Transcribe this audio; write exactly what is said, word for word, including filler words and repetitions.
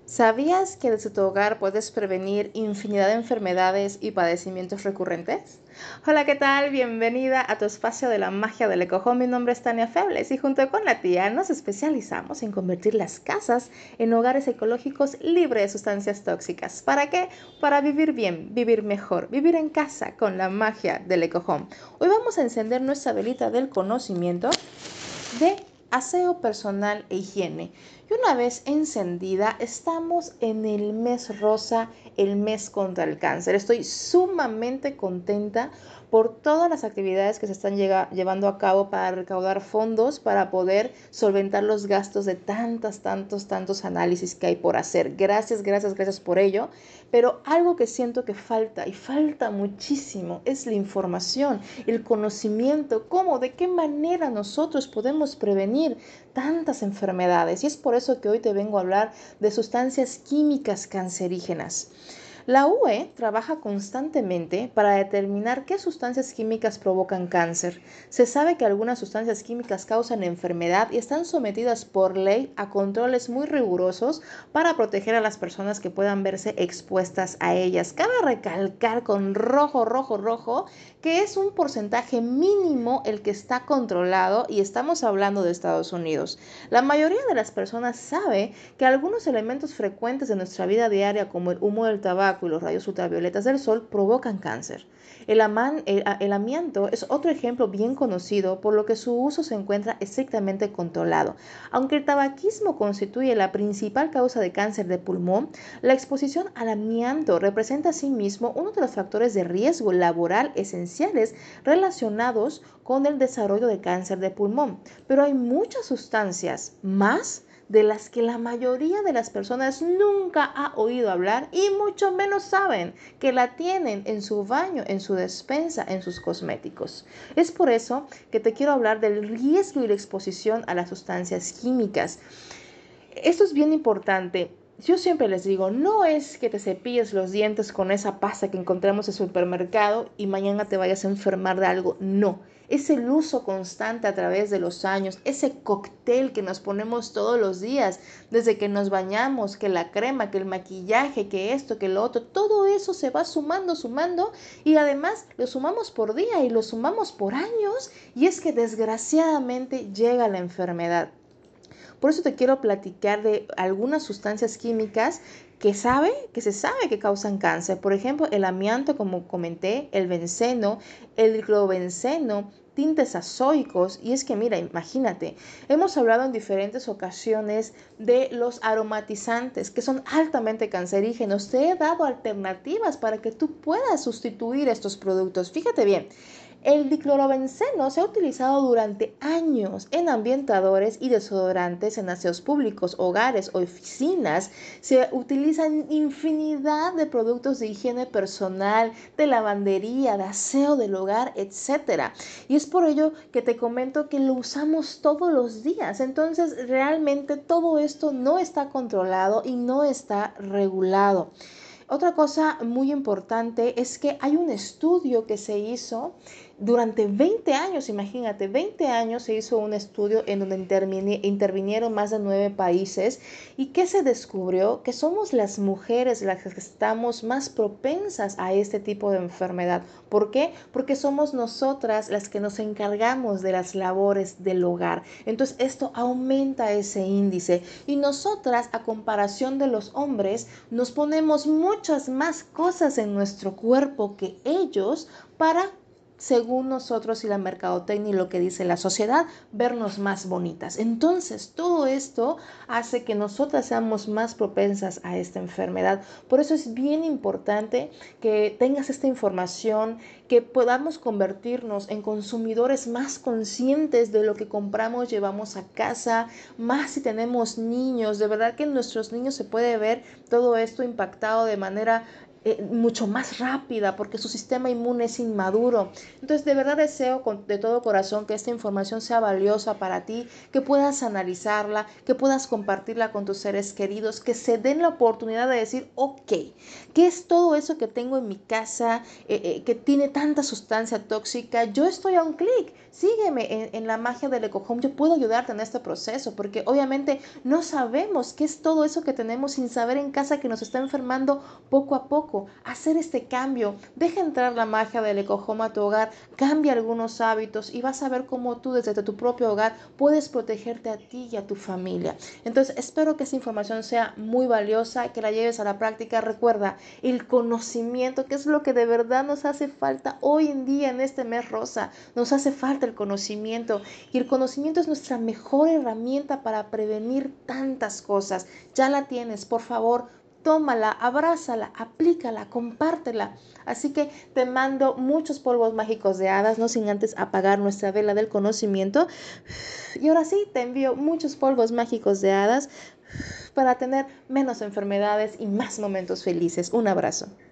¿Sabías que desde tu hogar puedes prevenir infinidad de enfermedades y padecimientos recurrentes? Hola, ¿qué tal? Bienvenida a tu espacio de la magia del ecojón. Mi nombre es Tania Febles y junto con la tía nos especializamos en convertir las casas en hogares ecológicos libres de sustancias tóxicas. ¿Para qué? Para vivir bien, vivir mejor, vivir en casa con la magia del ecojón. Hoy vamos a encender nuestra velita del conocimiento de aseo personal e higiene. Y una vez encendida, estamos en el mes rosa, el mes contra el cáncer. Estoy sumamente contenta por todas las actividades que se están llega, llevando a cabo para recaudar fondos, para poder solventar los gastos de tantos, tantos, tantos análisis que hay por hacer. Gracias, gracias, gracias por ello. Pero algo que siento que falta y falta muchísimo es la información, el conocimiento, cómo, de qué manera nosotros podemos prevenir tantas enfermedades. Y es por eso que hoy te vengo a hablar de sustancias químicas cancerígenas. La U E trabaja constantemente para determinar qué sustancias químicas provocan cáncer. Se sabe que algunas sustancias químicas causan enfermedad y están sometidas por ley a controles muy rigurosos para proteger a las personas que puedan verse expuestas a ellas. Cabe recalcar con rojo, rojo, rojo que es un porcentaje mínimo el que está controlado y estamos hablando de Estados Unidos. La mayoría de las personas sabe que algunos elementos frecuentes de nuestra vida diaria como el humo del tabaco y los rayos ultravioletas del sol provocan cáncer. El, aman, el, el amianto es otro ejemplo bien conocido, por lo que su uso se encuentra estrictamente controlado. Aunque el tabaquismo constituye la principal causa de cáncer de pulmón, la exposición al amianto representa asimismo uno de los factores de riesgo laboral esenciales relacionados con el desarrollo de cáncer de pulmón. Pero hay muchas sustancias más de las que la mayoría de las personas nunca ha oído hablar y mucho menos saben que la tienen en su baño, en su despensa, en sus cosméticos. Es por eso que te quiero hablar del riesgo y la exposición a las sustancias químicas. Esto es bien importante. Yo siempre les digo, no es que te cepilles los dientes con esa pasta que encontramos en el supermercado y mañana te vayas a enfermar de algo. No, es el uso constante a través de los años, ese cóctel que nos ponemos todos los días, desde que nos bañamos, que la crema, que el maquillaje, que esto, que lo otro, todo eso se va sumando, sumando y además lo sumamos por día y lo sumamos por años y es que desgraciadamente llega la enfermedad. Por eso te quiero platicar de algunas sustancias químicas que sabe, que se sabe que causan cáncer. Por ejemplo, el amianto, como comenté, el benceno, el diclobenceno, tintes azoicos. Y es que mira, imagínate, hemos hablado en diferentes ocasiones de los aromatizantes que son altamente cancerígenos. Te he dado alternativas para que tú puedas sustituir estos productos. Fíjate bien. El diclorobenceno se ha utilizado durante años en ambientadores y desodorantes en aseos públicos, hogares, oficinas. Se utilizan infinidad de productos de higiene personal, de lavandería, de aseo del hogar, etcétera. Y es por ello que te comento que lo usamos todos los días. Entonces, realmente todo esto no está controlado y no está regulado. Otra cosa muy importante es que hay un estudio que se hizo durante veinte años, imagínate, veinte años se hizo un estudio en donde intervinieron más de nueve países y que se descubrió que somos las mujeres las que estamos más propensas a este tipo de enfermedad. ¿Por qué? Porque somos nosotras las que nos encargamos de las labores del hogar. Entonces esto aumenta ese índice y nosotras, a comparación de los hombres, nos ponemos muchas más cosas en nuestro cuerpo que ellos para, según nosotros y la mercadotecnia y lo que dice la sociedad, vernos más bonitas. Entonces, todo esto hace que nosotras seamos más propensas a esta enfermedad. Por eso es bien importante que tengas esta información, que podamos convertirnos en consumidores más conscientes de lo que compramos, llevamos a casa, más si tenemos niños. De verdad que en nuestros niños se puede ver todo esto impactado de manera eh, mucho más rápida porque su sistema inmune es inmaduro. Entonces, de verdad deseo con, de todo corazón que esta información sea valiosa para ti, que puedas analizarla, que puedas compartirla con tus seres queridos, que se den la oportunidad de decir, ok, ¿qué es todo eso que tengo en mi casa, eh, eh, que tiene tanta sustancia tóxica? Yo estoy a un clic, sígueme en, en la magia del EcoHome, yo puedo ayudarte en este proceso, porque obviamente no sabemos qué es todo eso que tenemos sin saber en casa que nos está enfermando poco a poco. Hacer este cambio, deja entrar la magia del EcoHome a tu hogar, cambia algunos hábitos y vas a ver cómo tú desde tu propio hogar puedes protegerte a ti y a tu familia. Entonces espero que esta información sea muy valiosa, que la lleves a la práctica. Recuerda, el conocimiento, que es lo que de verdad nos hace falta hoy en día en este mes rosa. Nos hace falta el conocimiento y el conocimiento es nuestra mejor herramienta para prevenir tantas cosas. Ya la tienes, por favor, tómala, abrázala, aplícala, compártela. Así que te mando muchos polvos mágicos de hadas, no sin antes apagar nuestra vela del conocimiento. Y ahora sí, te envío muchos polvos mágicos de hadas para tener menos enfermedades y más momentos felices. Un abrazo.